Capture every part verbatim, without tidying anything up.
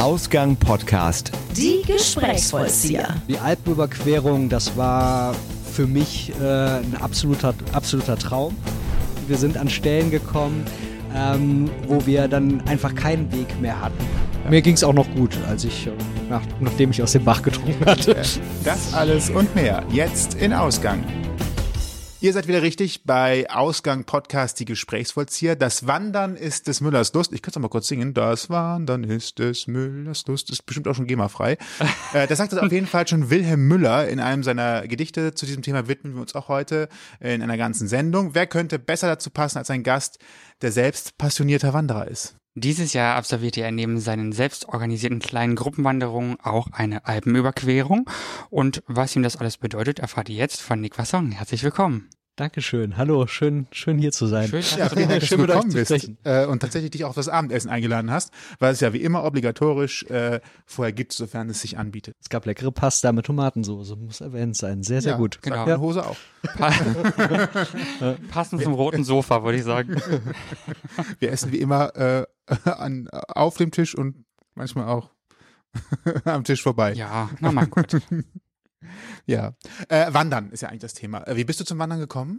Ausgang Podcast. Die Gesprächsvollzieher. Die Alpenüberquerung, das war für mich äh, ein absoluter, absoluter Traum. Wir sind an Stellen gekommen, ähm, wo wir dann einfach keinen Weg mehr hatten. Ja. Mir ging es auch noch gut, als ich, nach, nachdem ich aus dem Bach getrunken hatte. Das alles und mehr jetzt in Ausgang. Ihr seid wieder richtig bei Ausgang Podcast, die Gesprächsvollzieher. Das Wandern ist des Müllers Lust. Ich kann es noch mal kurz singen. Das Wandern ist des Müllers Lust. Ist bestimmt auch schon GEMA-frei. äh, das sagt auf jeden Fall schon Wilhelm Müller in einem seiner Gedichte. Zu diesem Thema widmen wir uns auch heute in einer ganzen Sendung. Wer könnte besser dazu passen als ein Gast, der selbst passionierter Wanderer ist? Dieses Jahr absolvierte er neben seinen selbst organisierten kleinen Gruppenwanderungen auch eine Alpenüberquerung. Und was ihm das alles bedeutet, erfahrt ihr jetzt von Nick Wasson. Herzlich willkommen. Dankeschön. Hallo, schön, schön hier zu sein. Schön, ja, vielen Dank, dass du gekommen bist äh, und tatsächlich dich auch das Abendessen eingeladen hast, weil es ja wie immer obligatorisch äh, vorher gibt, sofern es sich anbietet. Es gab leckere Pasta mit Tomatensoße, muss erwähnt sein. Sehr, sehr ja, gut. Genau. Ja. Hose auch. Passend zum roten Sofa, würde ich sagen. Wir essen wie immer äh, an, auf dem Tisch und manchmal auch am Tisch vorbei. Ja, na mein Gott. Ja, äh, Wandern ist ja eigentlich das Thema. Wie bist du zum Wandern gekommen?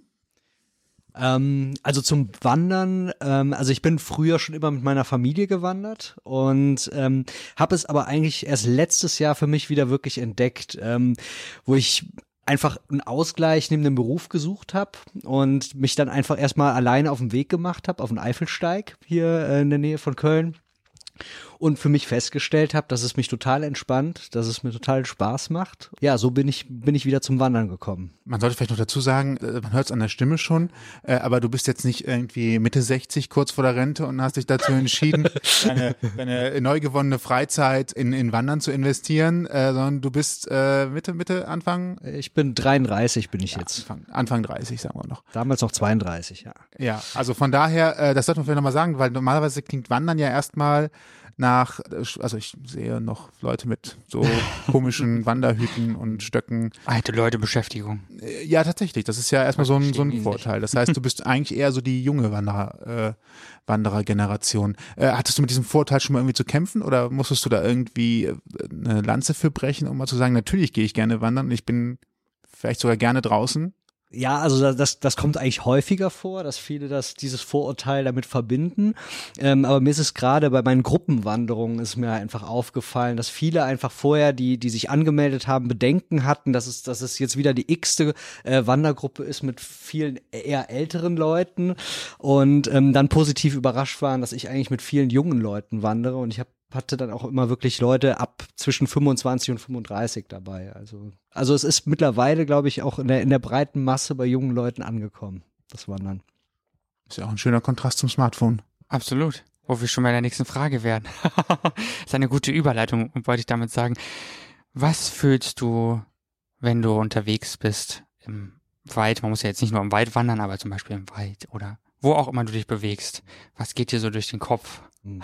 Ähm, also zum Wandern, ähm, also ich bin früher schon immer mit meiner Familie gewandert und ähm, habe es aber eigentlich erst letztes Jahr für mich wieder wirklich entdeckt, ähm, wo ich einfach einen Ausgleich neben dem Beruf gesucht habe und mich dann einfach erstmal alleine auf den Weg gemacht habe, auf den Eifelsteig hier äh, in der Nähe von Köln. Und für mich festgestellt habe, dass es mich total entspannt, dass es mir total Spaß macht. Ja, so bin ich bin ich wieder zum Wandern gekommen. Man sollte vielleicht noch dazu sagen, man hört es an der Stimme schon, äh, aber du bist jetzt nicht irgendwie Mitte sechzig, kurz vor der Rente und hast dich dazu entschieden, deine, deine neu gewonnene Freizeit in, in Wandern zu investieren, äh, sondern du bist äh, Mitte, Mitte, Anfang? Ich bin dreiunddreißig, bin ich ja, jetzt. Anfang, Anfang dreißig, sagen wir noch. Damals noch zweiunddreißig, ja. Ja, also von daher, äh, das sollte man vielleicht nochmal sagen, weil normalerweise klingt Wandern ja erstmal nach, also ich sehe noch Leute mit so komischen Wanderhüten und Stöcken. Alte Leute Beschäftigung. Ja, tatsächlich. Das ist ja erstmal so ein, so ein Vorteil. Das heißt, du bist eigentlich eher so die junge Wanderer, äh, Wanderergeneration. Äh, hattest du mit diesem Vorteil schon mal irgendwie zu kämpfen oder musstest du da irgendwie eine Lanze für brechen, um mal zu sagen, natürlich gehe ich gerne wandern und ich bin vielleicht sogar gerne draußen? Ja, also das, das kommt eigentlich häufiger vor, dass viele das, dieses Vorurteil damit verbinden. Ähm, aber mir ist es gerade bei meinen Gruppenwanderungen ist mir einfach aufgefallen, dass viele einfach vorher, die, die sich angemeldet haben, Bedenken hatten, dass es, dass es jetzt wieder die x-te äh, Wandergruppe ist mit vielen eher älteren Leuten und ähm, dann positiv überrascht waren, dass ich eigentlich mit vielen jungen Leuten wandere und ich habe hatte dann auch immer wirklich Leute ab zwischen fünfundzwanzig und fünfunddreißig dabei. Also, also es ist mittlerweile, glaube ich, auch in der, in der breiten Masse bei jungen Leuten angekommen, das Wandern. Ist ja auch ein schöner Kontrast zum Smartphone. Absolut. Wo wir schon bei der nächsten Frage wären. Das ist eine gute Überleitung, wollte ich damit sagen. Was fühlst du, wenn du unterwegs bist im Wald? Man muss ja jetzt nicht nur im Wald wandern, aber zum Beispiel im Wald oder wo auch immer du dich bewegst. Was geht dir so durch den Kopf? Mhm.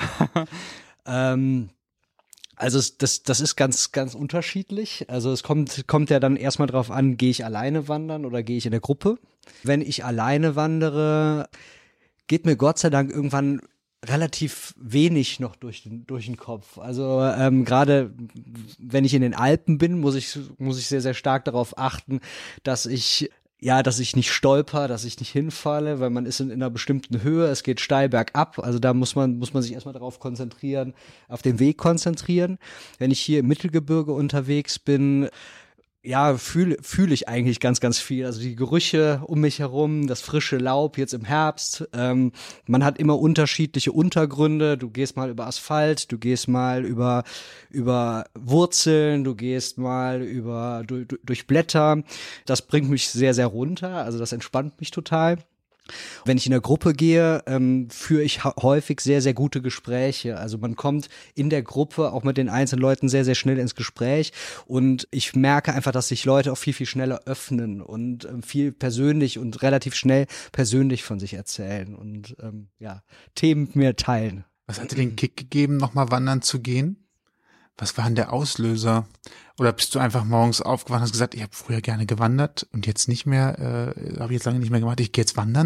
Ähm, also es, das, das ist ganz, ganz unterschiedlich. Also es kommt, kommt ja dann erstmal drauf an, gehe ich alleine wandern oder gehe ich in der Gruppe? Wenn ich alleine wandere, geht mir Gott sei Dank irgendwann relativ wenig noch durch den, durch den Kopf. Also ähm, gerade wenn ich in den Alpen bin, muss ich, muss ich sehr, sehr stark darauf achten, dass ich Ja, dass ich nicht stolper, dass ich nicht hinfalle, weil man ist in, in einer bestimmten Höhe, es geht steil bergab, also da muss man muss man sich erstmal darauf konzentrieren, auf den Weg konzentrieren. Wenn ich hier im Mittelgebirge unterwegs bin, ja, fühle fühle ich eigentlich ganz, ganz viel. Also die Gerüche um mich herum, das frische Laub jetzt im Herbst. Ähm, man hat immer unterschiedliche Untergründe. Du gehst mal über Asphalt, du gehst mal über über Wurzeln, du gehst mal über durch, durch Blätter. Das bringt mich sehr, sehr runter. Also das entspannt mich total. Wenn ich in der Gruppe gehe, ähm, führe ich ha- häufig sehr, sehr gute Gespräche. Also man kommt in der Gruppe auch mit den einzelnen Leuten sehr, sehr schnell ins Gespräch und ich merke einfach, dass sich Leute auch viel, viel schneller öffnen und ähm, viel persönlich und relativ schnell persönlich von sich erzählen und ähm, ja, Themen mit mir teilen. Was hat dir den Kick gegeben, nochmal wandern zu gehen? Was war denn der Auslöser? Oder bist du einfach morgens aufgewacht und hast gesagt, ich habe früher gerne gewandert und jetzt nicht mehr, äh, habe ich jetzt lange nicht mehr gemacht, ich gehe jetzt wandern?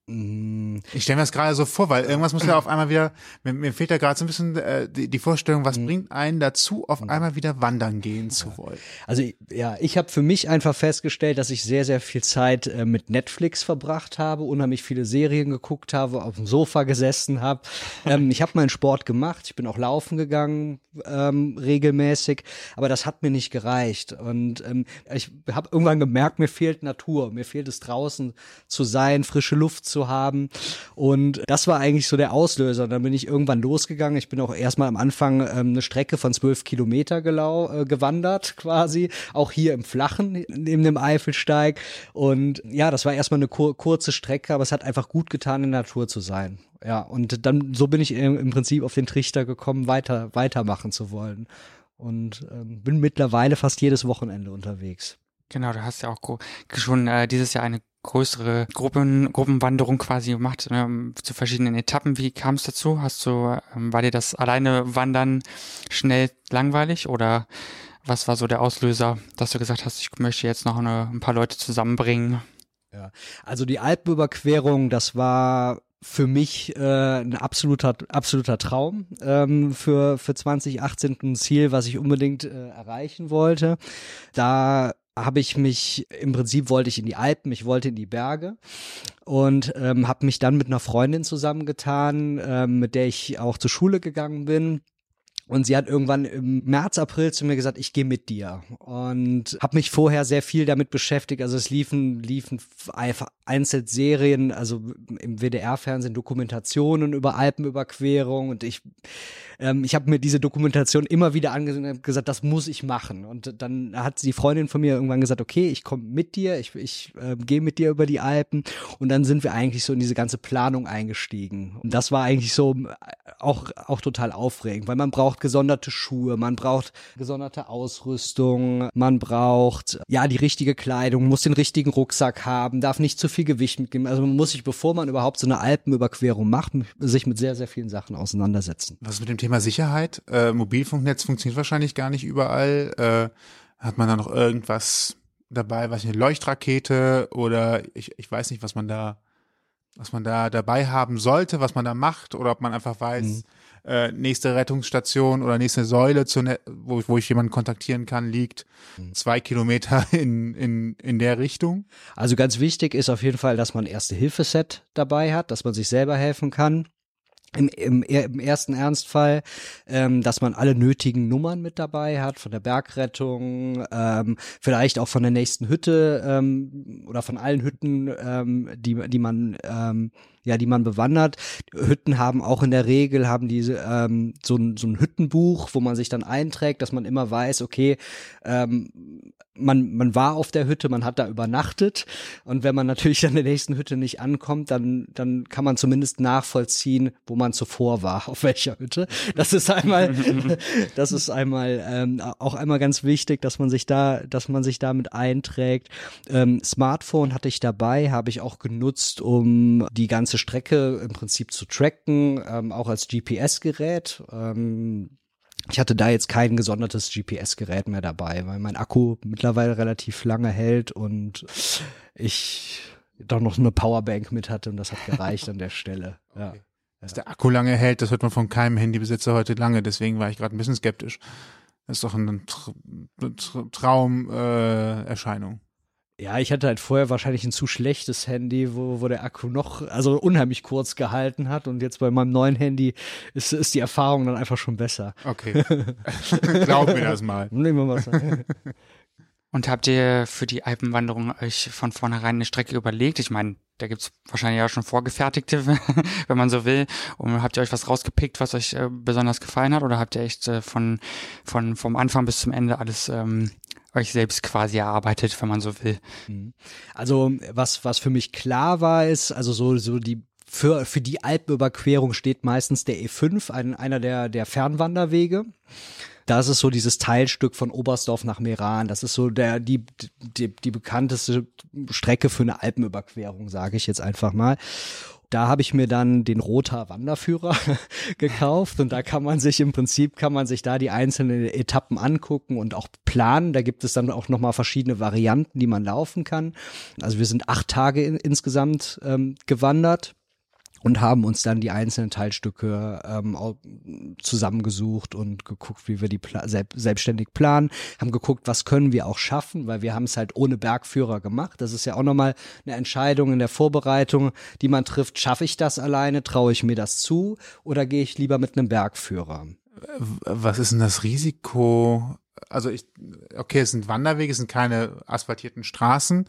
Ich stelle mir das gerade so vor, weil irgendwas muss ja auf einmal wieder, mir, mir fehlt da gerade so ein bisschen äh, die, die Vorstellung, was bringt einen dazu, auf einmal wieder wandern gehen zu wollen? Also ja, ich habe für mich einfach festgestellt, dass ich sehr, sehr viel Zeit äh, mit Netflix verbracht habe, unheimlich viele Serien geguckt habe, auf dem Sofa gesessen habe. Ähm, ich habe meinen Sport gemacht, ich bin auch laufen gegangen, ähm, regelmäßig, aber das hat mir nicht gereicht. Und ähm, ich habe irgendwann gemerkt, mir fehlt Natur, mir fehlt es draußen zu sein, frische Luft zu haben, und das war eigentlich so der Auslöser. Dann bin ich irgendwann losgegangen. Ich bin auch erstmal am Anfang ähm, eine Strecke von zwölf Kilometer gelau äh, gewandert quasi, auch hier im Flachen neben dem Eifelsteig, und ja, das war erstmal eine kur- kurze Strecke, aber es hat einfach gut getan, in der Natur zu sein. Ja, und dann so bin ich im, im Prinzip auf den Trichter gekommen, weiter weitermachen zu wollen, und ähm, bin mittlerweile fast jedes Wochenende unterwegs. Genau, du hast ja auch gro- schon äh, dieses Jahr eine größere Gruppen, Gruppenwanderung quasi gemacht, ähm, zu verschiedenen Etappen. Wie kam es dazu? Hast du, ähm, war dir das alleine Wandern schnell langweilig, oder was war so der Auslöser, dass du gesagt hast, ich möchte jetzt noch eine, ein paar Leute zusammenbringen? Ja, also die Alpenüberquerung, das war für mich äh, ein absoluter absoluter Traum ähm, für für zwanzig achtzehn, ein Ziel, was ich unbedingt äh, erreichen wollte. Da habe ich mich, im Prinzip wollte ich in die Alpen, ich wollte in die Berge, und ähm, habe mich dann mit einer Freundin zusammengetan, ähm, mit der ich auch zur Schule gegangen bin. Und sie hat irgendwann im März, April zu mir gesagt, ich gehe mit dir. Und habe mich vorher sehr viel damit beschäftigt. Also es liefen liefen einfach einzelne Serien, also im W D R-Fernsehen Dokumentationen über Alpenüberquerung. Und ich ähm, ich habe mir diese Dokumentation immer wieder angesehen und gesagt, das muss ich machen. Und dann hat die Freundin von mir irgendwann gesagt, okay, ich komme mit dir, ich, ich äh, gehe mit dir über die Alpen. Und dann sind wir eigentlich so in diese ganze Planung eingestiegen. Und das war eigentlich so auch, auch total aufregend, weil man braucht gesonderte Schuhe, man braucht gesonderte Ausrüstung, man braucht ja die richtige Kleidung, muss den richtigen Rucksack haben, darf nicht zu viel Gewicht mitgeben. Also man muss sich, bevor man überhaupt so eine Alpenüberquerung macht, sich mit sehr, sehr vielen Sachen auseinandersetzen. Was ist mit dem Thema Sicherheit? Äh, Mobilfunknetz funktioniert wahrscheinlich gar nicht überall. Äh, hat man da noch irgendwas dabei, was eine Leuchtrakete oder ich, ich weiß nicht, was man da was man da dabei haben sollte, was man da macht, oder ob man einfach weiß, mhm. äh, nächste Rettungsstation oder nächste Säule, zu ne- wo, wo ich jemanden kontaktieren kann, liegt mhm. zwei Kilometer in, in, in der Richtung. Also ganz wichtig ist auf jeden Fall, dass man ein Erste-Hilfe-Set dabei hat, dass man sich selber helfen kann. Im, im, im ersten Ernstfall, ähm, dass man alle nötigen Nummern mit dabei hat, von der Bergrettung, ähm, vielleicht auch von der nächsten Hütte ähm, oder von allen Hütten, ähm, die, die man ähm, ja, die man bewandert. Hütten haben auch in der Regel haben diese ähm, so ein so ein Hüttenbuch, wo man sich dann einträgt, dass man immer weiß, okay, ähm, man man war auf der Hütte, man hat da übernachtet, und wenn man natürlich an der nächsten Hütte nicht ankommt, dann dann kann man zumindest nachvollziehen, wo man zuvor war, auf welcher Hütte. Das ist einmal das ist einmal ähm, auch einmal ganz wichtig, dass man sich da dass man sich damit einträgt. Ähm, Smartphone hatte ich dabei, habe ich auch genutzt, um die ganze Strecke im Prinzip zu tracken, ähm, auch als G P S-Gerät. Ähm, ich hatte da jetzt kein gesondertes G P S-Gerät mehr dabei, weil mein Akku mittlerweile relativ lange hält und ich doch noch eine Powerbank mit hatte, und das hat gereicht an der Stelle. Ja. Okay. Dass der Akku lange hält, das hört man von keinem Handybesitzer heute lange, deswegen war ich gerade ein bisschen skeptisch. Das ist doch eine Tra- Traumerscheinung. Äh, Ja, ich hatte halt vorher wahrscheinlich ein zu schlechtes Handy, wo, wo der Akku noch, also unheimlich kurz gehalten hat, und jetzt bei meinem neuen Handy ist, ist die Erfahrung dann einfach schon besser. Okay. Glaub mir das mal. Nehmen wir mal so. Und habt ihr für die Alpenwanderung euch von vornherein eine Strecke überlegt? Ich meine, da gibt's wahrscheinlich auch schon vorgefertigte, wenn man so will. Und habt ihr euch was rausgepickt, was euch äh, besonders gefallen hat? Oder habt ihr echt äh, von, von, vom Anfang bis zum Ende alles ähm, euch selbst quasi erarbeitet, wenn man so will? Also was was für mich klar war, ist, also so so die für für die Alpenüberquerung steht meistens der E fünf, ein, einer der der Fernwanderwege. Das ist so dieses Teilstück von Oberstdorf nach Meran. Das ist so der die die die bekannteste Strecke für eine Alpenüberquerung, sage ich jetzt einfach mal. Da habe ich mir dann den Rothaar Wanderführer gekauft und da kann man sich im Prinzip, kann man sich da die einzelnen Etappen angucken und auch planen. Da gibt es dann auch nochmal verschiedene Varianten, die man laufen kann. Also wir sind acht Tage in, insgesamt ähm, gewandert und haben uns dann die einzelnen Teilstücke ähm, zusammengesucht und geguckt, wie wir die pla- selb- selbstständig planen, haben geguckt, was können wir auch schaffen, weil wir haben es halt ohne Bergführer gemacht. Das ist ja auch nochmal eine Entscheidung in der Vorbereitung, die man trifft. Schaffe ich das alleine? Traue ich mir das zu? Oder gehe ich lieber mit einem Bergführer? Was ist denn das Risiko? Also ich, okay, es sind Wanderwege, es sind keine asphaltierten Straßen.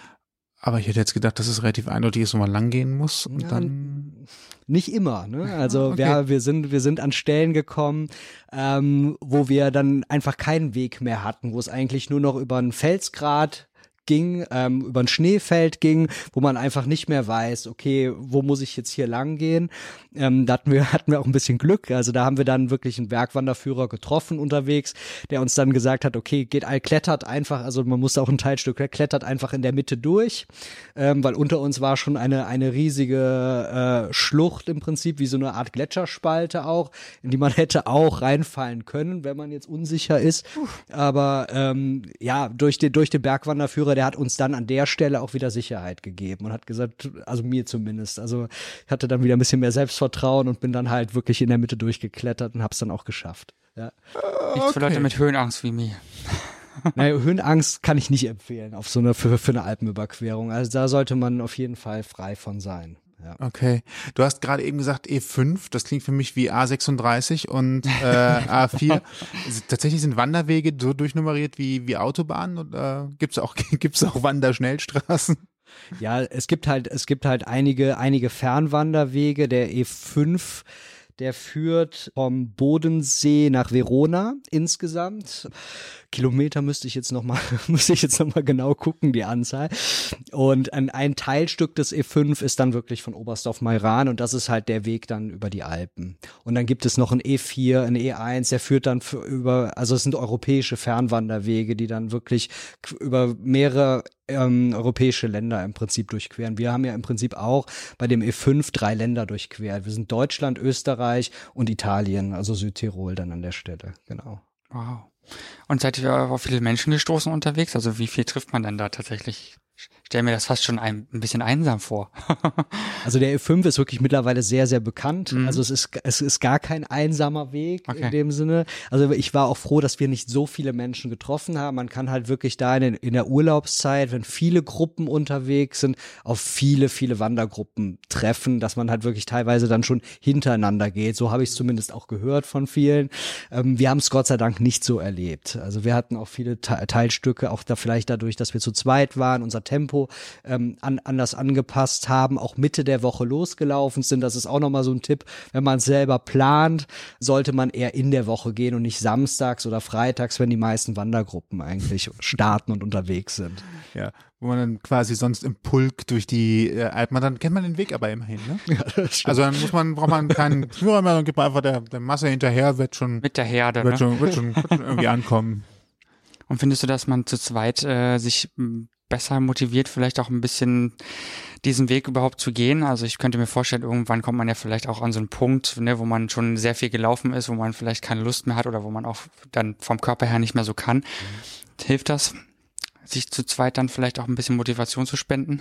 Aber ich hätte jetzt gedacht, dass es relativ eindeutig ist, wo man langgehen muss. Und ja, dann nicht immer, ne? Also okay. wir, wir sind wir sind an Stellen gekommen, ähm, wo wir dann einfach keinen Weg mehr hatten, wo es eigentlich nur noch über einen Felsgrat ging, ähm, über ein Schneefeld ging, wo man einfach nicht mehr weiß, okay, wo muss ich jetzt hier lang gehen? Ähm, da hatten wir, hatten wir auch ein bisschen Glück. Also da haben wir dann wirklich einen Bergwanderführer getroffen unterwegs, der uns dann gesagt hat, okay, geht all, klettert einfach, also man musste auch ein Teilstück, klettert einfach in der Mitte durch, ähm, weil unter uns war schon eine, eine riesige äh, Schlucht im Prinzip, wie so eine Art Gletscherspalte auch, in die man hätte auch reinfallen können, wenn man jetzt unsicher ist. Aber ähm, ja, durch den, durch den Bergwanderführer, der hat uns dann an der Stelle auch wieder Sicherheit gegeben und hat gesagt, also mir zumindest, also ich hatte dann wieder ein bisschen mehr Selbstvertrauen und bin dann halt wirklich in der Mitte durchgeklettert und hab's dann auch geschafft. Ja. Nichts für Leute mit Höhenangst wie mir. Naja, Höhenangst kann ich nicht empfehlen auf so eine, für, für eine Alpenüberquerung. Also da sollte man auf jeden Fall frei von sein. Ja. Okay. Du hast gerade eben gesagt E fünf, das klingt für mich wie A sechsunddreißig und äh, A vier. Tatsächlich sind Wanderwege so durchnummeriert wie, wie Autobahnen oder gibt's auch, gibt's auch Wanderschnellstraßen? Ja, es gibt halt, es gibt halt einige, einige Fernwanderwege. Der E fünf, der führt vom Bodensee nach Verona insgesamt. Kilometer müsste ich jetzt noch mal, müsste ich jetzt noch mal genau gucken, die Anzahl. Und ein, ein Teilstück des E fünf ist dann wirklich von Oberstdorf-Mairan und das ist halt der Weg dann über die Alpen. Und dann gibt es noch ein E vier, ein E eins, der führt dann für, über, also es sind europäische Fernwanderwege, die dann wirklich über mehrere ähm, europäische Länder im Prinzip durchqueren. Wir haben ja im Prinzip auch bei dem E fünf drei Länder durchquert. Wir sind Deutschland, Österreich und Italien, also Südtirol dann an der Stelle, genau. Wow. Und seid ihr auf viele Menschen gestoßen unterwegs? Also wie viel trifft man denn da tatsächlich? Ich stelle mir das fast schon ein, ein bisschen einsam vor. Also der E fünf ist wirklich mittlerweile sehr, sehr bekannt. Mhm. Also es ist, es ist gar kein einsamer Weg Okay. in dem Sinne. Also ich war auch froh, dass wir nicht so viele Menschen getroffen haben. Man kann halt wirklich da in, in der Urlaubszeit, wenn viele Gruppen unterwegs sind, auf viele, viele Wandergruppen treffen, dass man halt wirklich teilweise dann schon hintereinander geht. So habe ich es zumindest auch gehört von vielen. Ähm, wir haben es Gott sei Dank nicht so erlebt. Also wir hatten auch viele Te- Teilstücke, auch da vielleicht dadurch, dass wir zu zweit waren, unser Tempo ähm, an, anders angepasst haben, auch Mitte der Woche losgelaufen sind. Das ist auch nochmal so ein Tipp, wenn man es selber plant, sollte man eher in der Woche gehen und nicht samstags oder freitags, wenn die meisten Wandergruppen eigentlich starten und unterwegs sind. Ja, wo man dann quasi sonst im Pulk durch die äh, Alpen, dann kennt man den Weg aber immerhin, ne? Ja, das stimmt. Also dann muss man, braucht man keinen Führer mehr und gibt man einfach der, der Masse hinterher, wird schon, Mit der Herde, wird ne? schon, wird schon, wird schon irgendwie ankommen. Und findest du, dass man zu zweit äh, sich m, besser motiviert, vielleicht auch ein bisschen diesen Weg überhaupt zu gehen? Also ich könnte mir vorstellen, irgendwann kommt man ja vielleicht auch an so einen Punkt, ne, wo man schon sehr viel gelaufen ist, wo man vielleicht keine Lust mehr hat oder wo man auch dann vom Körper her nicht mehr so kann. Mhm. Hilft das, sich zu zweit dann vielleicht auch ein bisschen Motivation zu spenden?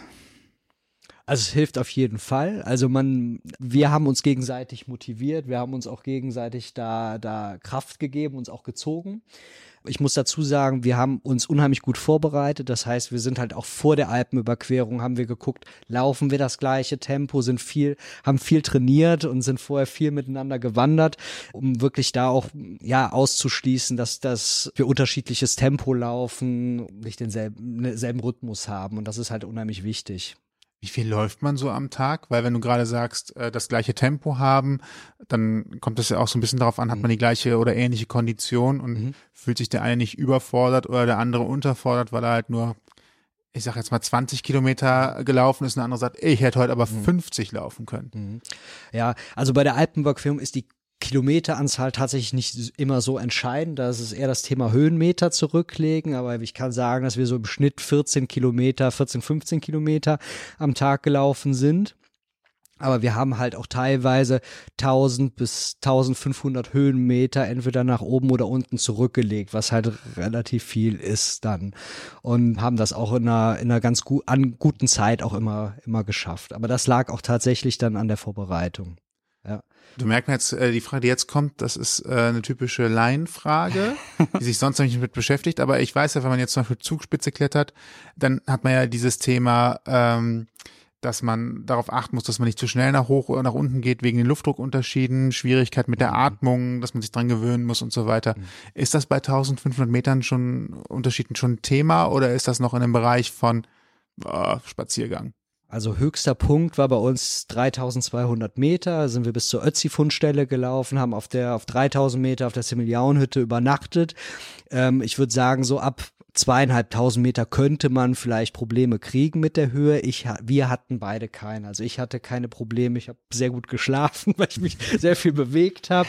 Also es hilft auf jeden Fall. Also man, wir haben uns gegenseitig motiviert, wir haben uns auch gegenseitig da, da Kraft gegeben, uns auch gezogen. Ich muss dazu sagen, wir haben uns unheimlich gut vorbereitet. Das heißt, wir sind halt auch vor der Alpenüberquerung, haben wir geguckt, laufen wir das gleiche Tempo, sind viel, haben viel trainiert und sind vorher viel miteinander gewandert, um wirklich da auch, ja, auszuschließen, dass, dass wir unterschiedliches Tempo laufen, nicht denselben, denselben Rhythmus haben. Und das ist halt unheimlich wichtig. Wie viel läuft man so am Tag? Weil wenn du gerade sagst, äh, das gleiche Tempo haben, dann kommt es ja auch so ein bisschen darauf an, hat man die gleiche oder ähnliche Kondition und mhm. fühlt sich der eine nicht überfordert oder der andere unterfordert, weil er halt nur, ich sag jetzt mal zwanzig Kilometer gelaufen ist und der andere sagt, ich hätte heute aber mhm. fünfzig laufen können. Mhm. Ja, also bei der Alpenüberquerung ist die Kilometeranzahl tatsächlich nicht immer so entscheidend. Da ist es eher das Thema Höhenmeter zurücklegen, aber ich kann sagen, dass wir so im Schnitt vierzehn Kilometer, vierzehn, fünfzehn Kilometer am Tag gelaufen sind. Aber wir haben halt auch teilweise tausend bis eintausendfünfhundert Höhenmeter entweder nach oben oder unten zurückgelegt, was halt relativ viel ist dann. Und haben das auch in einer, in einer ganz gu- an guten Zeit auch immer, immer geschafft. Aber das lag auch tatsächlich dann an der Vorbereitung. Ja. Du merkst jetzt, äh, die Frage, die jetzt kommt, das ist äh, eine typische Laienfrage, die sich sonst noch nicht mit beschäftigt. Aber ich weiß ja, wenn man jetzt zum Beispiel Zugspitze klettert, dann hat man ja dieses Thema, ähm, dass man darauf achten muss, dass man nicht zu schnell nach hoch oder nach unten geht wegen den Luftdruckunterschieden, Schwierigkeit mit der Atmung, dass man sich dran gewöhnen muss und so weiter. Mhm. Ist das bei eintausendfünfhundert Metern schon Unterschieden schon ein Thema oder ist das noch in einem Bereich von oh, Spaziergang? Also höchster Punkt war bei uns dreitausendzweihundert Meter, sind wir bis zur Ötzi-Fundstelle gelaufen, haben auf der auf dreitausend Meter auf der Semillionhütte übernachtet. Ähm, ich würde sagen, so ab zweieinhalbtausend Meter könnte man vielleicht Probleme kriegen mit der Höhe. Ich, wir hatten beide keine. Also ich hatte keine Probleme. Ich habe sehr gut geschlafen, weil ich mich sehr viel bewegt habe.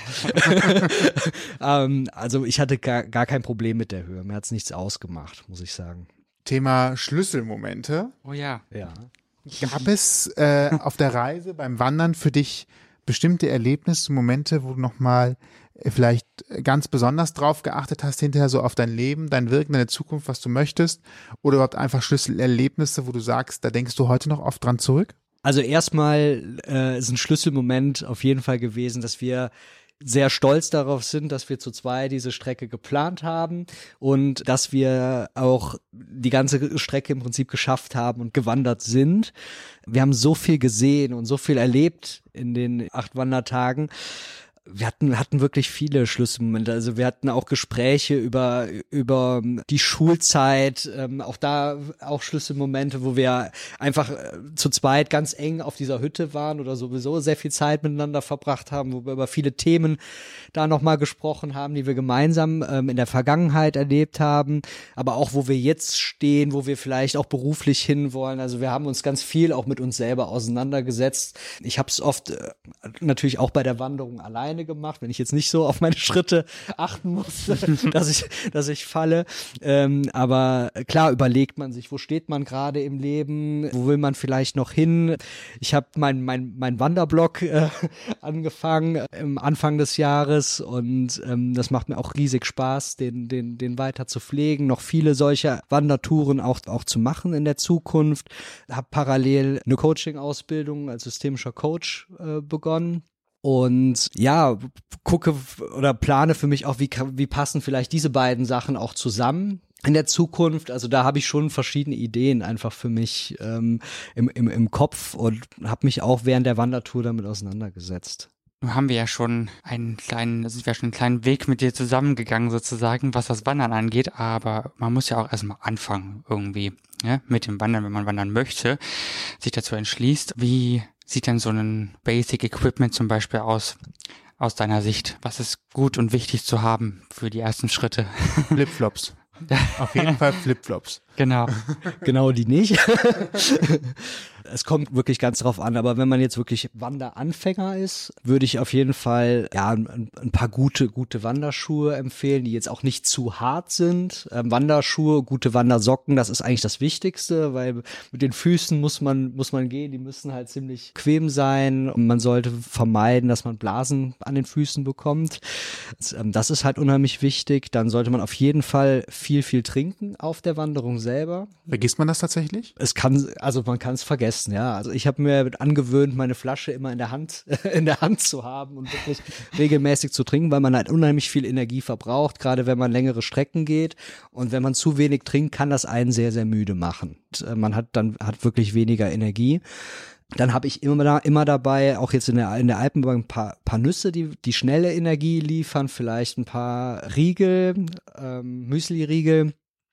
ähm, also ich hatte gar, gar kein Problem mit der Höhe. Mir hat's nichts ausgemacht, muss ich sagen. Thema Schlüsselmomente. Oh ja. Ja. Gab es äh, auf der Reise beim Wandern für dich bestimmte Erlebnisse, Momente, wo du nochmal vielleicht ganz besonders drauf geachtet hast, hinterher so auf dein Leben, dein Wirken, deine Zukunft, was du möchtest? Oder überhaupt einfach Schlüsselerlebnisse, wo du sagst, da denkst du heute noch oft dran zurück? Also erstmal äh, ist ein Schlüsselmoment auf jeden Fall gewesen, dass wir sehr stolz darauf sind, dass wir zu zwei diese Strecke geplant haben und dass wir auch die ganze Strecke im Prinzip geschafft haben und gewandert sind. Wir haben so viel gesehen und so viel erlebt in den acht Wandertagen. Wir hatten, hatten wirklich viele Schlüsselmomente. Also wir hatten auch Gespräche über, über die Schulzeit, ähm, auch da auch Schlüsselmomente, wo wir einfach äh, zu zweit ganz eng auf dieser Hütte waren oder sowieso sehr viel Zeit miteinander verbracht haben, wo wir über viele Themen da nochmal gesprochen haben, die wir gemeinsam ähm, in der Vergangenheit erlebt haben, aber auch wo wir jetzt stehen, wo wir vielleicht auch beruflich hinwollen. Also wir haben uns ganz viel auch mit uns selber auseinandergesetzt. Ich habe es oft äh, natürlich auch bei der Wanderung allein gemacht, wenn ich jetzt nicht so auf meine Schritte achten muss, dass ich, dass ich falle. Ähm, aber klar überlegt man sich, wo steht man gerade im Leben, wo will man vielleicht noch hin. Ich habe mein mein mein Wanderblog äh, angefangen äh, im Anfang des Jahres und ähm, das macht mir auch riesig Spaß, den den den weiter zu pflegen, noch viele solcher Wandertouren auch auch zu machen in der Zukunft. Habe parallel eine Coaching-Ausbildung als systemischer Coach äh, begonnen. Und ja, gucke oder plane für mich auch, wie, wie passen vielleicht diese beiden Sachen auch zusammen in der Zukunft. Also da habe ich schon verschiedene Ideen einfach für mich ähm, im, im, im Kopf und habe mich auch während der Wandertour damit auseinandergesetzt. Nun haben wir ja schon einen kleinen, sind wir schon einen kleinen Weg mit dir zusammengegangen sozusagen, was das Wandern angeht, aber man muss ja auch erstmal anfangen irgendwie, ja, mit dem Wandern, wenn man wandern möchte, sich dazu entschließt. Wie sieht denn so ein Basic Equipment zum Beispiel aus, aus deiner Sicht? Was ist gut und wichtig zu haben für die ersten Schritte? Flipflops. Auf jeden Fall Flipflops. Genau. Genau die nicht. Es kommt wirklich ganz drauf an, aber wenn man jetzt wirklich Wanderanfänger ist, würde ich auf jeden Fall ja ein, ein paar gute gute Wanderschuhe empfehlen, die jetzt auch nicht zu hart sind. Ähm, Wanderschuhe, gute Wandersocken, das ist eigentlich das Wichtigste, weil mit den Füßen muss man muss man gehen, die müssen halt ziemlich bequem sein und man sollte vermeiden, dass man Blasen an den Füßen bekommt. Das, ähm, das ist halt unheimlich wichtig. Dann sollte man auf jeden Fall viel viel trinken auf der Wanderung selber. Vergisst man das tatsächlich? Es kann, also man kann es vergessen. Ja, also ich habe mir angewöhnt, meine Flasche immer in der Hand in der Hand zu haben und wirklich regelmäßig zu trinken, weil man halt unheimlich viel Energie verbraucht, gerade wenn man längere Strecken geht. Und wenn man zu wenig trinkt, kann das einen sehr, sehr müde machen. Und man hat dann hat wirklich weniger Energie. Dann habe ich immer da, immer dabei, auch jetzt in der in der Alpenbank, ein paar, paar Nüsse, die die schnelle Energie liefern, vielleicht ein paar Riegel, ähm, Müsli-Riegel.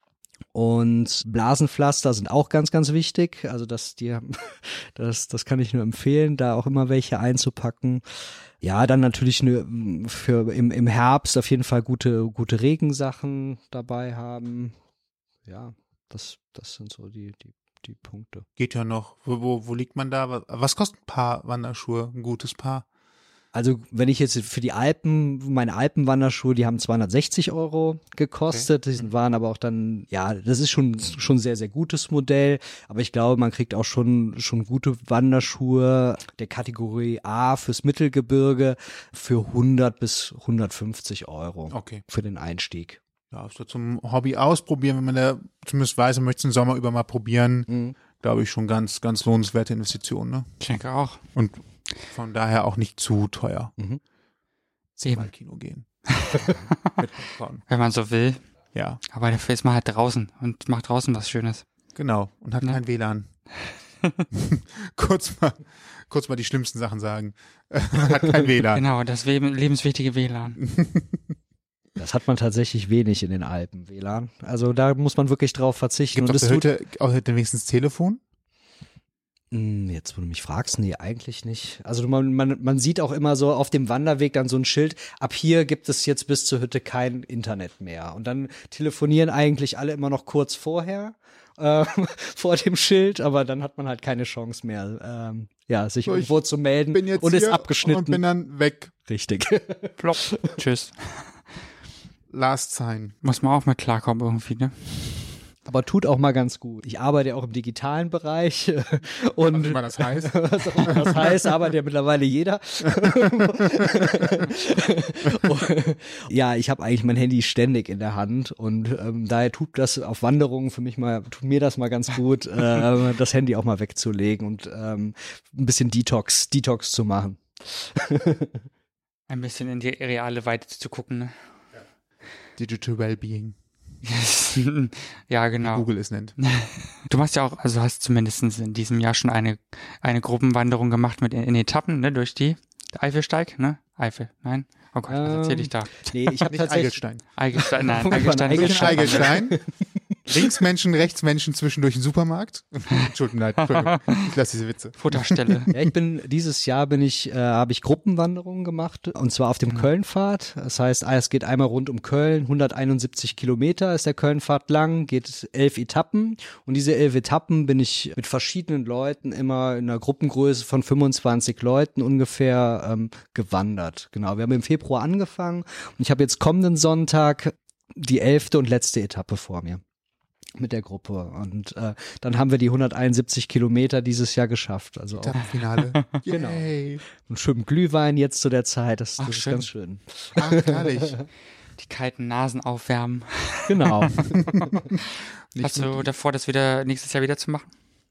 Und Blasenpflaster sind auch ganz, ganz wichtig. Also das, die, das, das kann ich nur empfehlen, da auch immer welche einzupacken. Ja, dann natürlich eine, für im, im Herbst auf jeden Fall gute, gute Regensachen dabei haben. Ja, das, das sind so die, die, die Punkte. Geht ja noch. Wo, wo, wo liegt man da? Was kostet ein Paar Wanderschuhe? Ein gutes Paar? Also wenn ich jetzt für die Alpen, meine Alpenwanderschuhe, die haben zweihundertsechzig Euro gekostet, okay. Die waren aber auch dann, ja, das ist schon schon sehr, sehr gutes Modell, aber ich glaube, man kriegt auch schon schon gute Wanderschuhe der Kategorie A fürs Mittelgebirge für hundert bis hundertfünfzig Euro okay. für den Einstieg. Ja, so zum Hobby ausprobieren, wenn man da zumindest weiß, man möchte es im Sommer über mal probieren, mhm. glaube ich schon ganz, ganz lohnenswerte Investition, ne? Ich denke auch. Und von daher auch nicht zu teuer. Mhm. Eben. Mal Kino gehen. Mit Popcorn. Wenn man so will. Ja. Aber dafür ist man halt draußen und macht draußen was Schönes. Genau. Und hat Ja. kein W L A N. kurz mal, kurz mal die schlimmsten Sachen sagen. Hat kein W L A N. Genau, das we- lebenswichtige W L A N. Das hat man tatsächlich wenig in den Alpen, W L A N. Also da muss man wirklich drauf verzichten. Gibt Und es das auf tut- der Hütte auch wenigstens Telefon? Hm, Jetzt, wo du mich fragst, nee, eigentlich nicht. Also man, man, man sieht auch immer so auf dem Wanderweg dann so ein Schild, ab hier gibt es jetzt bis zur Hütte kein Internet mehr. Und dann telefonieren eigentlich alle immer noch kurz vorher äh, vor dem Schild, aber dann hat man halt keine Chance mehr, ähm, ja, sich So, ich irgendwo zu melden Bin jetzt und ist hier abgeschnitten. und bin dann weg. Richtig. Plopp. Tschüss. Last sign. Muss man auch mit klarkommen irgendwie, ne? Aber tut auch mal ganz gut. Ich arbeite ja auch im digitalen Bereich und Was immer das heißt. was auch immer das heißt, arbeitet ja mittlerweile jeder. Ja, ich habe eigentlich mein Handy ständig in der Hand und ähm, daher tut das auf Wanderungen für mich mal, tut mir das mal ganz gut, äh, das Handy auch mal wegzulegen und ähm, ein bisschen Detox, Detox zu machen. Ein bisschen in die reale Weite zu gucken, ne? Digital Wellbeing, Ja, wie genau. Google es nennt. Du machst ja auch, also hast zumindest in diesem Jahr schon eine, eine Gruppenwanderung gemacht mit in, in Etappen, ne, durch die Eifelsteig, ne? Eifel, nein? Oh Gott, was erzähl ich da? Nee, ich habe Nicht tatsächlich Eigelstein. Eigelstein, nein, Guck mal, Eigelstein. ist Eigelstein. schon- Eigelstein. Linksmenschen, Rechtsmenschen zwischendurch im Supermarkt. Entschuldigung, nein, Entschuldigung. Ich lasse diese Witze. Futterstelle. Ja, ich bin dieses Jahr bin ich äh, habe ich Gruppenwanderungen gemacht und zwar auf dem Mhm. Kölnpfad. Das heißt, es geht einmal rund um Köln, hunderteinundsiebzig Kilometer ist der Kölnpfad lang, geht elf Etappen und diese elf Etappen bin ich mit verschiedenen Leuten immer in einer Gruppengröße von fünfundzwanzig Leuten ungefähr ähm, gewandert. Genau, wir haben im Februar angefangen und ich habe jetzt kommenden Sonntag die elfte und letzte Etappe vor mir mit der Gruppe und äh, dann haben wir die hunderteinundsiebzig Kilometer dieses Jahr geschafft. Also auch Etappenfinale. Genau. Yay. einen schönen Glühwein jetzt zu der Zeit, das, das Ach, ist schön. ganz schön. Ach, herrlich. Die kalten Nasen aufwärmen. Genau. Nicht Hast du nur die- davor, das wieder nächstes Jahr wieder zu machen?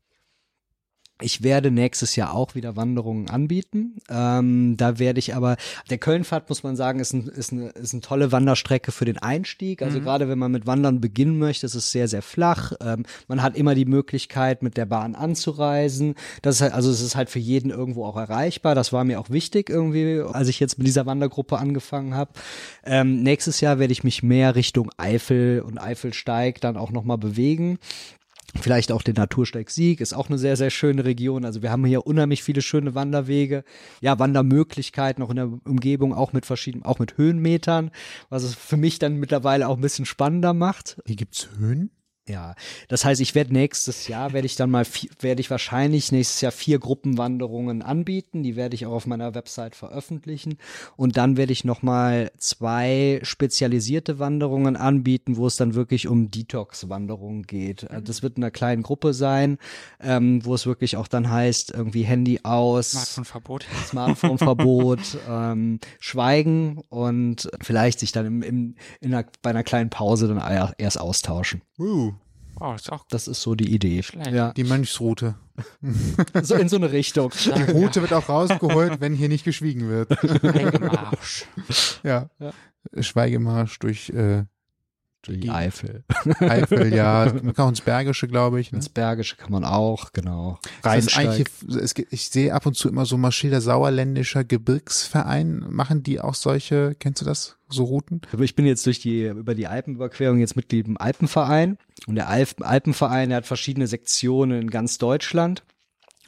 Ich werde nächstes Jahr auch wieder Wanderungen anbieten. Ähm, da werde ich aber, der Kölnpfad, muss man sagen, ist, ein, ist, eine, ist eine tolle Wanderstrecke für den Einstieg. Also Mhm. gerade wenn man mit Wandern beginnen möchte, ist es sehr, sehr flach. Ähm, man hat immer die Möglichkeit, mit der Bahn anzureisen. Das ist halt, also es ist halt für jeden irgendwo auch erreichbar. Das war mir auch wichtig irgendwie, als ich jetzt mit dieser Wandergruppe angefangen habe. Ähm, nächstes Jahr werde ich mich mehr Richtung Eifel und Eifelsteig dann auch nochmal bewegen. Vielleicht auch den Natursteig Sieg, ist auch eine sehr, sehr schöne Region. Also wir haben hier unheimlich viele schöne Wanderwege, ja, Wandermöglichkeiten auch in der Umgebung, auch mit verschiedenen, auch mit Höhenmetern, was es für mich dann mittlerweile auch ein bisschen spannender macht. Hier gibt's Höhen? Ja, das heißt, ich werde nächstes Jahr, werde ich dann mal, vi- werde ich wahrscheinlich nächstes Jahr vier Gruppenwanderungen anbieten. Die werde ich auch auf meiner Website veröffentlichen. Und dann werde ich nochmal zwei spezialisierte Wanderungen anbieten, wo es dann wirklich um Detox-Wanderungen geht. Also das wird in einer kleinen Gruppe sein, ähm, wo es wirklich auch dann heißt, irgendwie Handy aus, Smartphone-Verbot. Smartphone-Verbot, ähm, Schweigen und vielleicht sich dann im, im, in einer, bei einer kleinen Pause dann e- erst austauschen. Uh, Wow, ist auch Das ist so die Idee. schlecht. Ja, die Mönchsroute. so in so eine Richtung. Die Route wird auch rausgeholt, wenn hier nicht geschwiegen wird. Eingemarsch. Ja. Ja. Schweigemarsch durch äh, Die Eifel. Eifel, ja. Man kann auch ins Bergische, glaube ich. Ne? Ins Bergische kann man auch, genau. Das ist Rheinsteig. eigentlich, es, gibt- ich sehe ab und zu immer so mal Schilder Sauerländischer Gebirgsverein. Machen die auch solche, kennst du das, so Routen? Aber ich bin jetzt durch die, über die Alpenüberquerung jetzt Mitglied im Alpenverein. Und der Alp, Alpenverein, der hat verschiedene Sektionen in ganz Deutschland.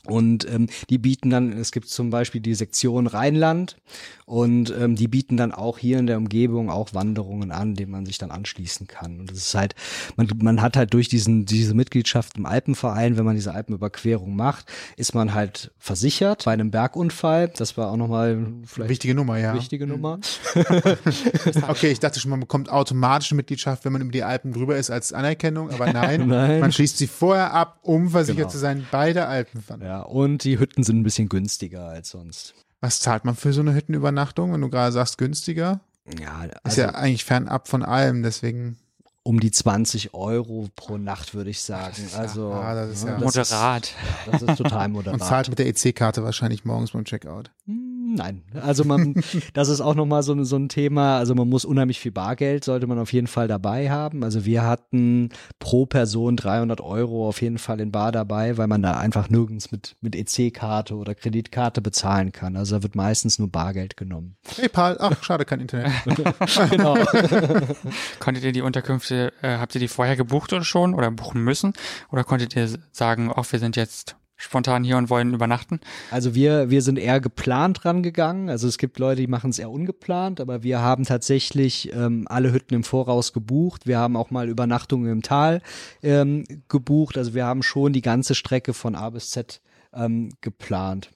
Und ähm, die bieten dann, es gibt zum Beispiel die Sektion Rheinland und ähm, die bieten dann auch hier in der Umgebung auch Wanderungen an, denen man sich dann anschließen kann. Und das ist halt, man, man hat halt durch diesen diese Mitgliedschaft im Alpenverein, wenn man diese Alpenüberquerung macht, ist man halt versichert bei einem Bergunfall. Das war auch nochmal vielleicht Wichtige Nummer, ja. Wichtige Nummer. Okay, ich dachte schon, man bekommt automatisch eine Mitgliedschaft, wenn man über die Alpen drüber ist, als Anerkennung, aber nein, Nein. man schließt sie vorher ab, um versichert Genau. zu sein bei der Alpenwanderung. Ja, und die Hütten sind ein bisschen günstiger als sonst. Was zahlt man für so eine Hüttenübernachtung, wenn du gerade sagst günstiger? Ja, Ist also ja eigentlich fernab von allem, deswegen. um die zwanzig Euro pro Nacht, würde ich sagen. Also ja, das ist ja- Moderat. Ist, das ist total moderat. Und zahlt mit der E C-Karte wahrscheinlich morgens beim Checkout. Hm, Nein, also man, das ist auch nochmal so, so ein Thema, also man muss unheimlich viel Bargeld, sollte man auf jeden Fall dabei haben. Also wir hatten pro Person dreihundert Euro auf jeden Fall in Bar dabei, weil man da einfach nirgends mit, mit E C-Karte oder Kreditkarte bezahlen kann. Also da wird meistens nur Bargeld genommen. PayPal, ach, schade, kein Internet. Genau. Konntet ihr die Unterkünfte, äh, habt ihr die vorher gebucht oder schon oder buchen müssen? Oder konntet ihr sagen, ach, wir sind jetzt spontan hier und wollen übernachten? Also wir, wir sind eher geplant rangegangen. Also es gibt Leute, die machen es eher ungeplant, aber wir haben tatsächlich ähm, alle Hütten im Voraus gebucht. Wir haben auch mal Übernachtungen im Tal ähm, gebucht. Also wir haben schon die ganze Strecke von A bis Z ähm, geplant.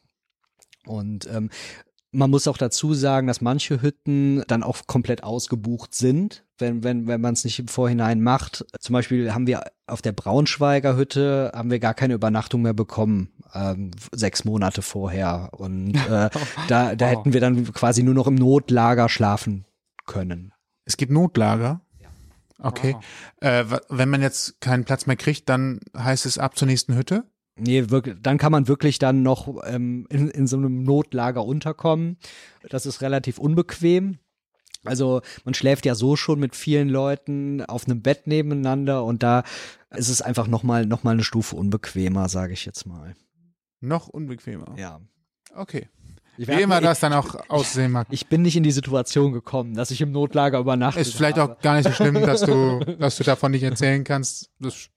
Und ähm, man muss auch dazu sagen, dass manche Hütten dann auch komplett ausgebucht sind, wenn wenn wenn man es nicht im Vorhinein macht. Zum Beispiel haben wir auf der Braunschweiger Hütte haben wir gar keine Übernachtung mehr bekommen, ähm, sechs Monate vorher. Und äh, da da Wow. hätten wir dann quasi nur noch im Notlager schlafen können. Es gibt Notlager. Ja. Okay. Wow. Äh, wa- wenn man jetzt keinen Platz mehr kriegt, dann heißt es ab zur nächsten Hütte? Nee, wirklich, dann kann man wirklich dann noch ähm, in, in so einem Notlager unterkommen. Das ist relativ unbequem. Also man schläft ja so schon mit vielen Leuten auf einem Bett nebeneinander und da ist es einfach nochmal noch mal eine Stufe unbequemer, sage ich jetzt mal. Noch unbequemer. Ja. Okay. Ich, Wie immer das dann auch aussehen mag. ich bin nicht in die Situation gekommen, dass ich im Notlager übernachte. Ist vielleicht auch gar nicht so schlimm, dass du, dass du davon nicht erzählen kannst. Das,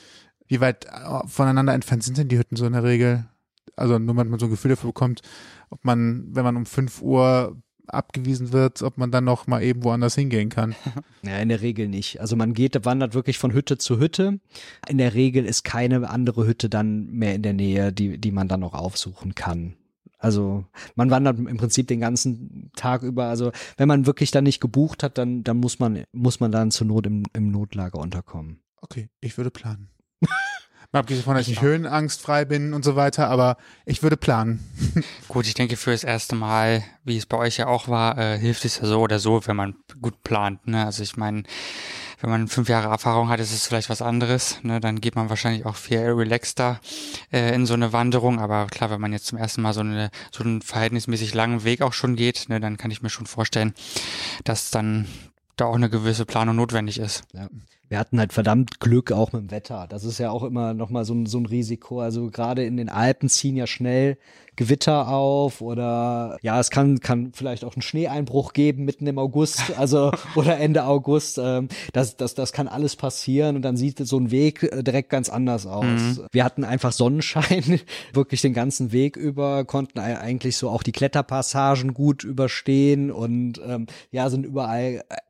wie weit äh, voneinander entfernt sind denn die Hütten so in der Regel? Also nur damit man so ein Gefühl dafür bekommt, ob man, wenn man um fünf Uhr abgewiesen wird, ob man dann noch mal eben woanders hingehen kann. Ja, in der Regel nicht. Also man geht, wandert wirklich von Hütte zu Hütte. In der Regel ist keine andere Hütte dann mehr in der Nähe, die, die man dann noch aufsuchen kann. Also man wandert im Prinzip den ganzen Tag über. Also wenn man wirklich dann nicht gebucht hat, dann, dann muss man, muss man dann zur Not im, im Notlager unterkommen. Okay, ich würde planen. Mal abgesehen davon, dass ich höhenangstfrei bin und so weiter, aber ich würde planen. Gut, ich denke für das erste Mal, wie es bei euch ja auch war, äh, hilft es ja so oder so, wenn man gut plant. Ne? Also ich meine, wenn man fünf Jahre Erfahrung hat, ist es vielleicht was anderes. Ne? Dann geht man wahrscheinlich auch viel relaxter äh, in so eine Wanderung. Aber klar, wenn man jetzt zum ersten Mal so, eine, so einen verhältnismäßig langen Weg auch schon geht, ne, dann kann ich mir schon vorstellen, dass dann da auch eine gewisse Planung notwendig ist. Ja. Wir hatten halt verdammt Glück auch mit dem Wetter. Das ist ja auch immer nochmal so ein, so ein Risiko. Also gerade in den Alpen ziehen ja schnell Gewitter auf oder ja, es kann, kann vielleicht auch einen Schneeeinbruch geben mitten im August, also oder Ende August. Ähm, das, das, das kann alles passieren und dann sieht so ein Weg äh, direkt ganz anders aus. Mhm. Wir hatten einfach Sonnenschein wirklich den ganzen Weg über, konnten eigentlich so auch die Kletterpassagen gut überstehen und ähm, ja, sind überall äh,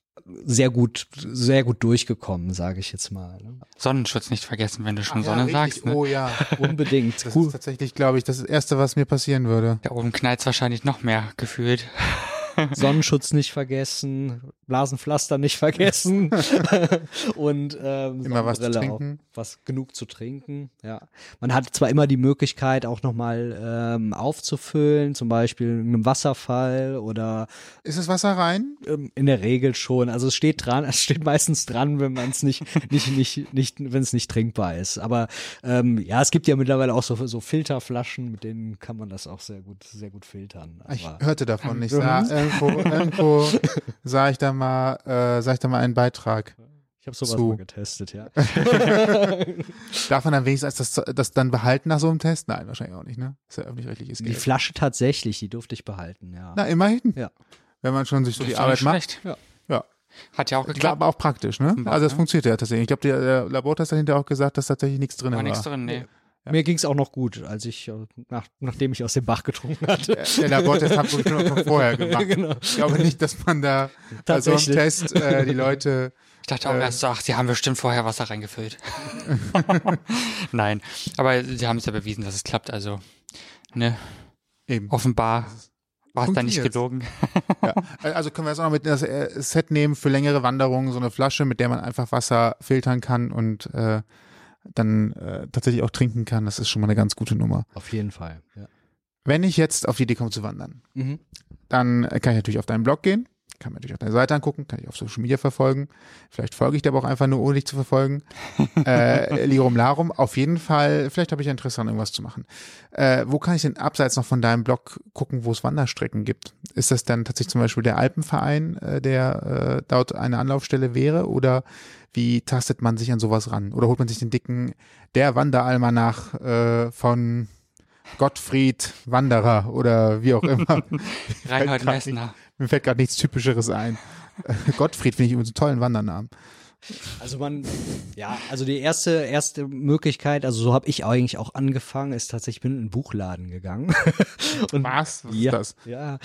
sehr gut, sehr gut durchgekommen, sage ich jetzt mal. Ne? Sonnenschutz nicht vergessen, wenn du schon Ach Sonne ja, richtig. sagst. Ne? Oh ja, Unbedingt. das Cool. ist tatsächlich, glaube ich, das Erste, was mir passieren würde. Da oben knallt's wahrscheinlich noch mehr gefühlt. Sonnenschutz nicht vergessen, Blasenpflaster nicht vergessen und ähm, Immer was zu Sonnenbrille trinken. auch, was genug zu trinken. Ja, man hat zwar immer die Möglichkeit auch nochmal ähm, aufzufüllen, zum Beispiel in einem Wasserfall oder Ist das Wasser rein? ähm, in der Regel schon. Also es steht dran, es steht meistens dran, wenn man es nicht, nicht, nicht, nicht, wenn es nicht trinkbar ist. Aber ähm, ja, es gibt ja mittlerweile auch so, so Filterflaschen, mit denen kann man das auch sehr gut, sehr gut filtern. Ich Aber hörte davon nicht. Mhm. Sah, irgendwo irgendwo sah ich da mal, äh, sah ich da mal einen Beitrag. ich habe sowas zu. mal getestet, ja. Darf man dann wenigstens das, das dann behalten nach so einem Test? Nein, wahrscheinlich auch nicht, ne? Das ist ja öffentlich-rechtliches Die Geld. Flasche tatsächlich, die durfte ich behalten, ja. Na, immerhin. Ja. Wenn man schon sich so Das die ist doch Arbeit nicht macht. schlecht. Ja. Ja. Hat ja auch Die war geklappt. aber auch praktisch, ne? Offenbar, Also es ne? funktioniert ja tatsächlich. Ich glaube, der, der Labortest hat hinterher auch gesagt, dass tatsächlich nichts drin War war. nichts drin, nee. Mir ging's auch noch gut, als ich, äh, nach, nachdem ich aus dem Bach getrunken hatte. Der Labortest hat ich nur noch vorher gemacht. Genau. Ich glaube nicht, dass man da bei so einem Test äh, die Leute... Ich dachte auch äh, erst so, ach, sie haben bestimmt vorher Wasser reingefüllt. Nein, aber sie haben es ja bewiesen, dass es klappt, also, ne, eben. offenbar war es da nicht Funktioniert's. gelogen. Ja. Also können wir jetzt auch noch mit das äh, Set nehmen für längere Wanderungen, so eine Flasche, mit der man einfach Wasser filtern kann und äh, dann äh, tatsächlich auch trinken kann. Das ist schon mal eine ganz gute Nummer. Auf jeden Fall, ja. Wenn ich jetzt auf die Idee komme zu wandern, Mhm. dann kann ich natürlich auf deinen Blog gehen, kann mir natürlich auch deine Seite angucken, kann ich auf Social Media verfolgen. Vielleicht folge ich dir aber auch einfach nur, ohne dich zu verfolgen. äh, Lirum Larum, auf jeden Fall, vielleicht habe ich Interesse an irgendwas zu machen. Äh, wo kann ich denn abseits noch von deinem Blog gucken, wo es Wanderstrecken gibt? Ist das dann tatsächlich zum Beispiel der Alpenverein, äh, der äh, dort eine Anlaufstelle wäre? Oder wie tastet man sich an sowas ran? Oder holt man sich den dicken, der Wanderalmanach äh, von Gottfried Wanderer oder wie auch immer? Reinhold grad Messner. Mir fällt gerade nichts Typischeres ein. Gottfried finde ich übrigens einen tollen Wandernamen. Also man, ja, also die erste erste Möglichkeit, also so habe ich eigentlich auch angefangen, ist tatsächlich, ich bin in einen Buchladen gegangen. Und Was? Was ja, ist das? Ja.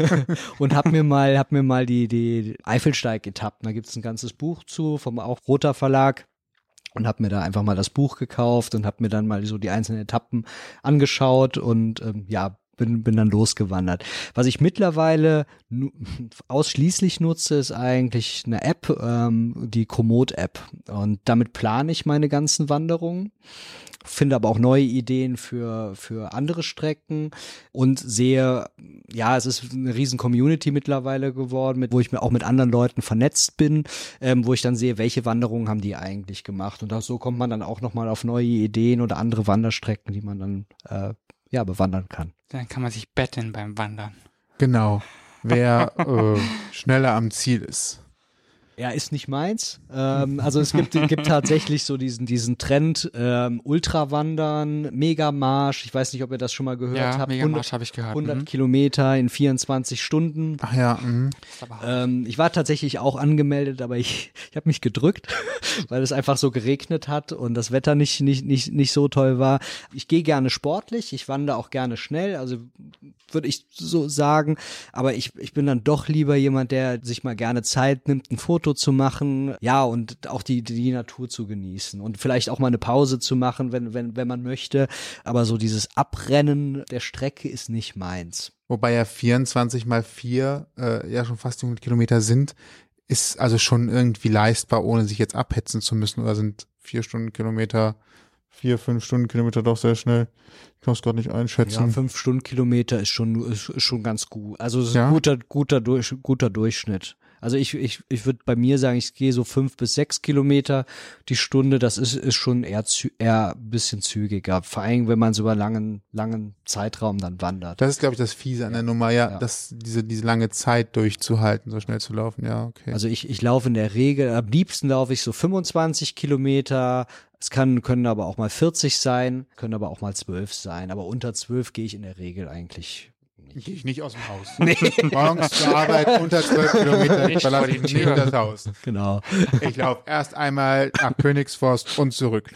Und hab mir mal, hab mir mal die die Eifelsteig-Etappen, da gibt's ein ganzes Buch zu, vom auch Roter Verlag. Und habe mir da einfach mal das Buch gekauft und habe mir dann mal so die einzelnen Etappen angeschaut und ähm, ja, bin, bin dann losgewandert. Was ich mittlerweile nu- ausschließlich nutze, ist eigentlich eine App, ähm, die Komoot-App. Und damit plane ich meine ganzen Wanderungen, finde aber auch neue Ideen für, für andere Strecken und sehe, ja, es ist eine riesen Community mittlerweile geworden, mit, wo ich mir auch mit anderen Leuten vernetzt bin, ähm, wo ich dann sehe, welche Wanderungen haben die eigentlich gemacht. Und auch so kommt man dann auch nochmal auf neue Ideen oder andere Wanderstrecken, die man dann äh, ja bewandern kann. Dann kann man sich betteln beim Wandern. Genau. Wer äh, schneller am Ziel ist. Ja, ist nicht meins. Ähm, also es gibt, gibt tatsächlich so diesen, diesen Trend, ähm, Ultrawandern, Megamarsch. Ich weiß nicht, ob ihr das schon mal gehört Ja, habt. Megamarsch habe ich gehört. hundert Mhm. Kilometer in vierundzwanzig Stunden. Ach ja, mh. Ist aber hart. Ähm, ich war tatsächlich auch angemeldet, aber ich, ich habe mich gedrückt, weil es einfach so geregnet hat und das Wetter nicht, nicht, nicht, nicht so toll war. Ich gehe gerne sportlich, ich wandere auch gerne schnell, also würde ich so sagen, aber ich, ich bin dann doch lieber jemand, der sich mal gerne Zeit nimmt, ein Foto zu machen, ja, und auch die, die Natur zu genießen und vielleicht auch mal eine Pause zu machen, wenn, wenn, wenn man möchte, aber so dieses Abrennen der Strecke ist nicht meins. Wobei ja vierundzwanzig mal vier äh, ja schon fast hundert Kilometer sind, ist also schon irgendwie leistbar, ohne sich jetzt abhetzen zu müssen. Oder sind vier Stundenkilometer, vier, fünf Stundenkilometer doch sehr schnell? Ich kann es gerade nicht einschätzen. Ja, fünf Stundenkilometer ist schon, ist, ist schon ganz gut. Also es ist Ja? ein guter, guter, Durch, guter Durchschnitt. Also ich, ich, ich würde bei mir sagen, ich gehe so fünf bis sechs Kilometer die Stunde. Das ist, ist schon eher, zü- eher ein bisschen zügiger. Vor allem, wenn man so über langen, langen Zeitraum dann wandert. Das ist, glaube ich, das Fiese an der Nummer, ja, Ja. dass diese, diese lange Zeit durchzuhalten, so schnell zu laufen, ja, okay. Also ich, ich laufe in der Regel, am liebsten laufe ich so fünfundzwanzig Kilometer. Es kann, können aber auch mal vierzig sein, können aber auch mal zwölf sein. Aber unter zwölf gehe ich in der Regel eigentlich. Gehe ich nicht aus dem Haus. Morgens zur Arbeit unter zwölf Kilometer, ich Nicht verlasse vor die nicht Tür. das Haus. Genau. Ich laufe erst einmal nach Königsforst und zurück,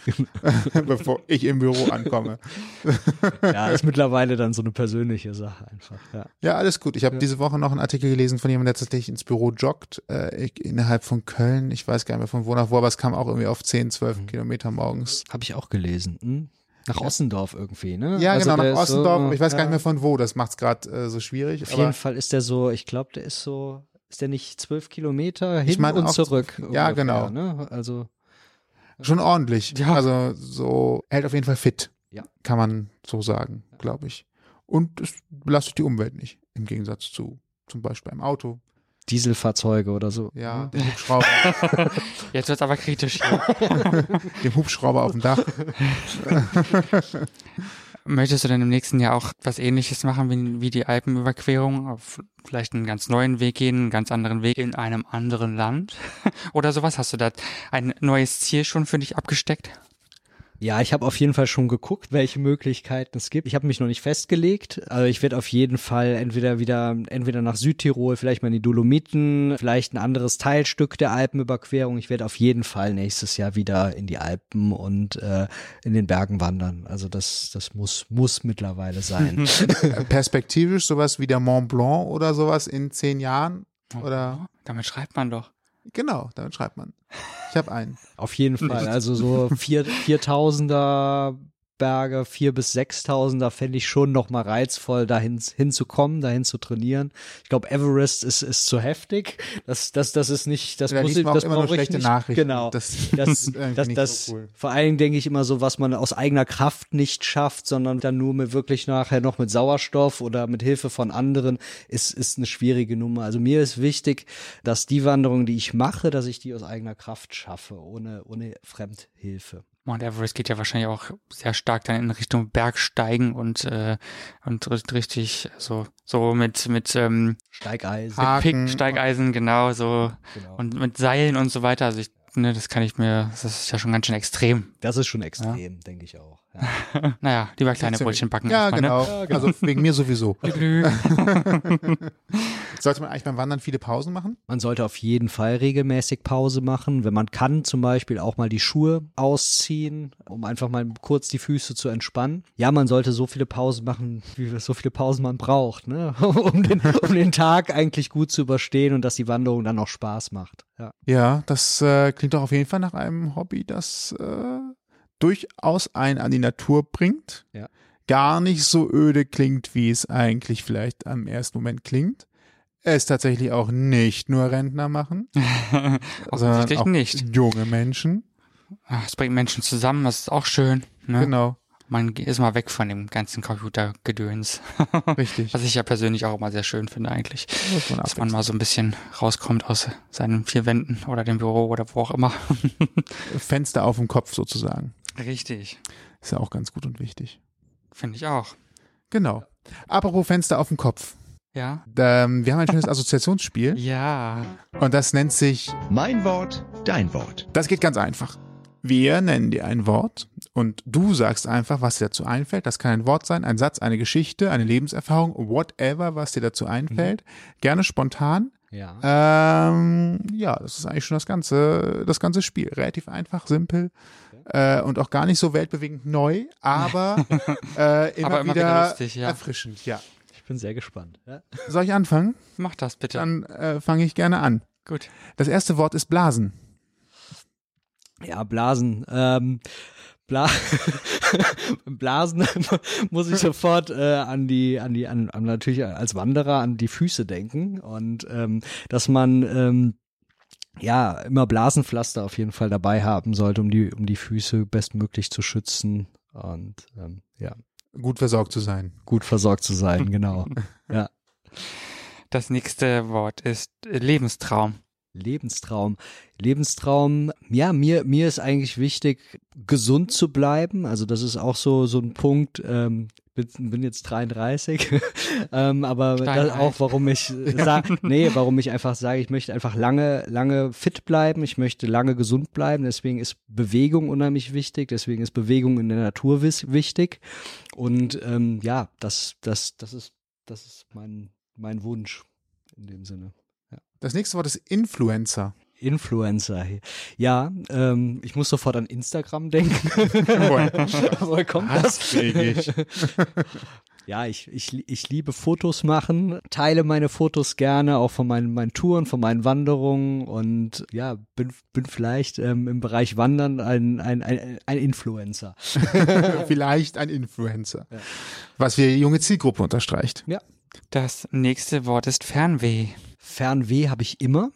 bevor ich im Büro ankomme. Ja, ist mittlerweile dann so eine persönliche Sache einfach. Ja. Ja, alles gut. Ich habe diese Woche noch einen Artikel gelesen von jemandem, der tatsächlich ins Büro joggt, äh, ich, innerhalb von Köln. Ich weiß gar nicht mehr von wo nach wo, aber es kam auch irgendwie auf zehn, zwölf Mhm. Kilometer morgens. Habe ich auch gelesen. Hm? Nach Ossendorf irgendwie, ne? Ja, Also genau, der nach ist so, Ossendorf. Ich weiß gar ja. nicht mehr von wo. Das macht's gerade äh, so schwierig. Auf aber jeden Fall ist der so, ich glaube, der ist so, ist der nicht zwölf Kilometer hin Ich meine und auch- zurück? ja, ungefähr, genau. Ne? Also, schon ordentlich. Ja. Also so hält auf jeden Fall fit. Ja. Kann man so sagen, glaube ich. Und es belastet die Umwelt nicht. Im Gegensatz zu zum Beispiel einem Auto. Dieselfahrzeuge oder so. Ja, dem Hubschrauber, Jetzt wird's aber kritisch hier. dem Hubschrauber auf dem Dach. Möchtest du denn im nächsten Jahr auch was Ähnliches machen wie, wie die Alpenüberquerung? Auf vielleicht einen ganz neuen Weg gehen, einen ganz anderen Weg in einem anderen Land? Oder sowas? Hast du da ein neues Ziel schon für dich abgesteckt? Ja, ich habe auf jeden Fall schon geguckt, welche Möglichkeiten es gibt. Ich habe mich noch nicht festgelegt. Also ich werde auf jeden Fall entweder wieder, entweder nach Südtirol, vielleicht mal in die Dolomiten, vielleicht ein anderes Teilstück der Alpenüberquerung. Ich werde auf jeden Fall nächstes Jahr wieder in die Alpen und äh, in den Bergen wandern. Also das, das muss, muss mittlerweile sein. Perspektivisch sowas wie der Mont Blanc oder sowas in zehn Jahren? Oder? Oh, damit schreibt man doch. Genau, damit schreibt man. Ich habe einen. Auf jeden Fall. Also so vier, viertausender Berge, vier bis sechstausender fände ich schon noch mal reizvoll, dahin hinzukommen, dahin zu trainieren. Ich glaube, Everest ist ist zu heftig. Das das das ist nicht, das Da muss liest ich, man auch das immer nur brauche ich schlechte nicht. Nachrichten. Genau. Das, Das ist irgendwie das nicht das so cool. vor allen Dingen denke ich immer so, was man aus eigener Kraft nicht schafft, sondern dann nur mit wirklich nachher noch mit Sauerstoff oder mit Hilfe von anderen, ist ist eine schwierige Nummer. Also mir ist wichtig, dass die Wanderung, die ich mache, dass ich die aus eigener Kraft schaffe, ohne ohne Fremdhilfe. Mount Everest geht ja wahrscheinlich auch sehr stark dann in Richtung Bergsteigen und äh, und richtig so so mit mit ähm, Steigeisen. Ah. Haken. Pick, Steigeisen, genau so Genau. und mit Seilen und so weiter. Also ich, ne, das kann ich mir, das ist ja schon ganz schön extrem. Das ist schon extrem, denke ich auch. Ja. Naja, lieber kleine Brötchen backen. Ja, erstmal, genau. Ne? Ja, genau. Also wegen mir sowieso. Lü. Sollte man eigentlich beim Wandern viele Pausen machen? Man sollte auf jeden Fall regelmäßig Pause machen. Wenn man kann, zum Beispiel auch mal die Schuhe ausziehen, um einfach mal kurz die Füße zu entspannen. Ja, man sollte so viele Pausen machen, wie so viele Pausen man braucht, ne? um, den, um den Tag eigentlich gut zu überstehen und dass die Wanderung dann auch Spaß macht. Ja. Ja, das äh, klingt doch auf jeden Fall nach einem Hobby, das äh, durchaus einen an die Natur bringt. Ja. Gar nicht so öde klingt, wie es eigentlich vielleicht am ersten Moment klingt. Es tatsächlich auch nicht nur Rentner machen, sondern Offensichtlich auch nicht. junge Menschen. Ach, es bringt Menschen zusammen, das ist auch schön. Ne? Genau, Man ist mal weg von dem ganzen Computergedöns. richtig. Was ich ja persönlich auch immer sehr schön finde eigentlich. Muss man Dass man mal so ein bisschen rauskommt aus seinen vier Wänden oder dem Büro oder wo auch immer. Fenster auf dem Kopf sozusagen. Richtig. Ist ja auch ganz gut und wichtig. Finde ich auch. Genau. Apropos Fenster auf dem Kopf. Ja? Ähm, wir haben ein schönes Assoziationsspiel Ja. und das nennt sich, Mein Wort, dein Wort. das geht ganz einfach. Wir nennen dir ein Wort und du sagst einfach, was dir dazu einfällt. Das kann ein Wort sein, ein Satz, eine Geschichte, eine Lebenserfahrung, whatever, was dir dazu einfällt. Mhm. Gerne spontan. Ja. Ähm, ja, das ist eigentlich schon das ganze, das ganze Spiel. Relativ einfach, simpel äh, und auch gar nicht so weltbewegend neu, aber äh, immer, Aber immer wieder, wieder lustig, ja. erfrischend. Ja. Ich bin sehr gespannt. Ja. Soll ich anfangen? Mach das bitte. Dann äh, fange ich gerne an. Gut. Das erste Wort ist Blasen. Ja, Blasen. Ähm, Bla Blasen muss ich sofort äh, an die, an die, an, an natürlich als Wanderer an die Füße denken und ähm, dass man ähm, ja immer Blasenpflaster auf jeden Fall dabei haben sollte, um die, um die Füße bestmöglich zu schützen und ähm, ja, Gut versorgt zu sein. gut versorgt zu sein, genau. Ja. Das nächste Wort ist Lebenstraum. Lebenstraum. Lebenstraum, ja, mir, mir ist eigentlich wichtig, gesund zu bleiben. Also das ist auch so, so ein Punkt, ähm, bin, bin jetzt dreiunddreißig, ähm, aber das auch, warum ich sage, nee, warum ich einfach sage, ich möchte einfach lange, lange fit bleiben, ich möchte lange gesund bleiben, deswegen ist Bewegung unheimlich wichtig, deswegen ist Bewegung in der Natur wichtig und ähm, ja, das, das, das ist, das ist mein, mein Wunsch in dem Sinne. Das nächste Wort ist Influencer. Influencer. Ja, ähm, ich muss sofort an Instagram denken. Woher kommt das? Ich. Ja, ich, ich, ich liebe Fotos machen, teile meine Fotos gerne, auch von meinen, meinen Touren, von meinen Wanderungen und ja, bin, bin vielleicht ähm, im Bereich Wandern ein, ein, ein, ein Influencer. Vielleicht ein Influencer. Ja. Was wir junge Zielgruppe unterstreicht. Ja. Das nächste Wort ist Fernweh. Fernweh habe ich immer.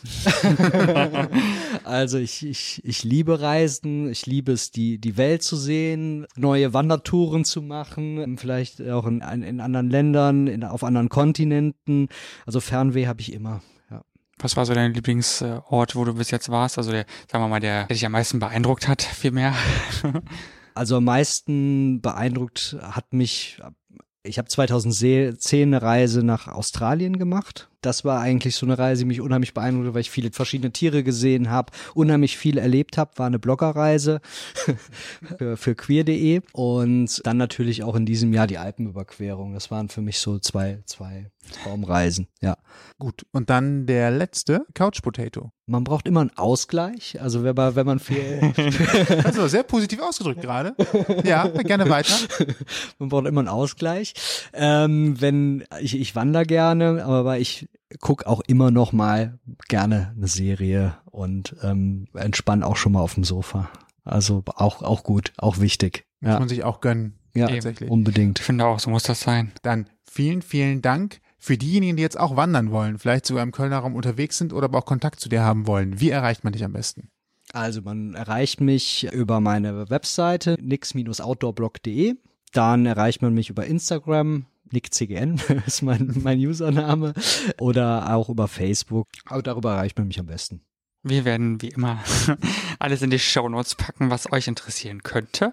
Also ich, ich, ich liebe Reisen, ich liebe es, die, die Welt zu sehen, neue Wandertouren zu machen, vielleicht auch in, in anderen Ländern, in, auf anderen Kontinenten. Also Fernweh habe ich immer. Ja. Was war so dein Lieblingsort, wo du bis jetzt warst? Also der, sagen wir mal, der, der dich am meisten beeindruckt hat, viel mehr? Also am meisten beeindruckt hat mich, ich habe zweitausendzehn eine Reise nach Australien gemacht. Das war eigentlich so eine Reise, die mich unheimlich beeindruckte, weil ich viele verschiedene Tiere gesehen habe, unheimlich viel erlebt habe. War eine Bloggerreise für, für queer punkt de und dann natürlich auch in diesem Jahr die Alpenüberquerung. Das waren für mich so zwei, zwei Traumreisen, ja. Gut, und dann der letzte, Couch Potato. Man braucht immer einen Ausgleich, also wenn man, wenn man viel... Also sehr positiv ausgedrückt gerade. Ja, gerne weiter. Man braucht immer einen Ausgleich. Ähm, wenn ich, ich wandere gerne, aber ich gucke auch immer noch mal gerne eine Serie und ähm, entspanne auch schon mal auf dem Sofa. Also auch, auch gut, auch wichtig. Muss Ja, man sich auch gönnen, ja, tatsächlich. unbedingt. Ich finde auch, so muss das sein. Dann vielen, vielen Dank für diejenigen, die jetzt auch wandern wollen, vielleicht sogar im Kölner Raum unterwegs sind oder aber auch Kontakt zu dir haben wollen. Wie erreicht man dich am besten? Also man erreicht mich über meine Webseite nix Bindestrich outdoorblog punkt de. Dann erreicht man mich über Instagram, nickcgn ist mein, mein Username, oder auch über Facebook. Aber darüber erreicht man mich am besten. Wir werden wie immer alles in die Shownotes packen, was euch interessieren könnte.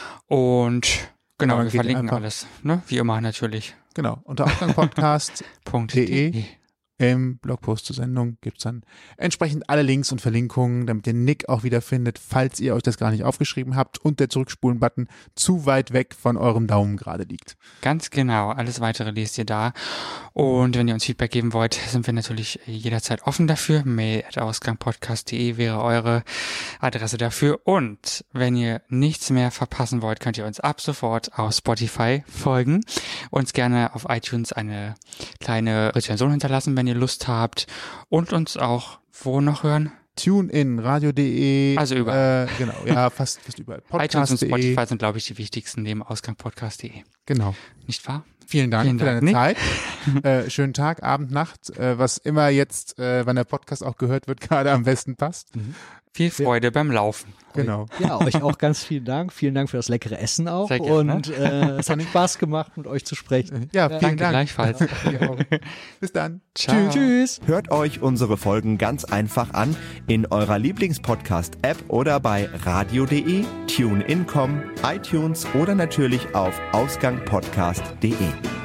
Und genau, Genau, wir geht verlinken einfach- alles, ne? Wie immer natürlich. Genau, unter ausgangpodcast Punkt De. de. im Blogpost zur Sendung gibt's dann entsprechend alle Links und Verlinkungen, damit ihr Nick auch wieder findet, falls ihr euch das gar nicht aufgeschrieben habt und der Zurückspulen-Button zu weit weg von eurem Daumen gerade liegt. Ganz genau, alles weitere lest ihr da. Und wenn ihr uns Feedback geben wollt, sind wir natürlich jederzeit offen dafür. mail at ausgangpodcast punkt de wäre eure Adresse dafür. Und wenn ihr nichts mehr verpassen wollt, könnt ihr uns ab sofort auf Spotify folgen. Uns gerne auf iTunes eine kleine Rezension hinterlassen, wenn ihr Lust habt. Und uns auch wo noch hören? TuneIn, radio punkt de. Also überall. Äh, genau, ja, fast, fast überall. iTunes und Podcast punkt de. Spotify sind, glaube ich, die wichtigsten neben ausgangpodcast punkt de. Genau. Nicht wahr? Vielen Dank Vielen für Dank, deine Nick. Zeit. Äh, schönen Tag, Abend, Nacht, äh, was immer jetzt, äh, wann der Podcast auch gehört wird, gerade am besten passt. Viel Freude beim Laufen. Genau. Ja, euch auch ganz vielen Dank. Vielen Dank für das leckere Essen auch. Sehr gerne. Und äh, es hat Spaß gemacht, mit euch zu sprechen. Ja, vielen Danke Dank. gleichfalls. Ja, bis dann. Ciao. Tschüss. Hört euch unsere Folgen ganz einfach an in eurer Lieblingspodcast-App oder bei radio punkt de, TuneIn punkt com, iTunes oder natürlich auf ausgangpodcast punkt de.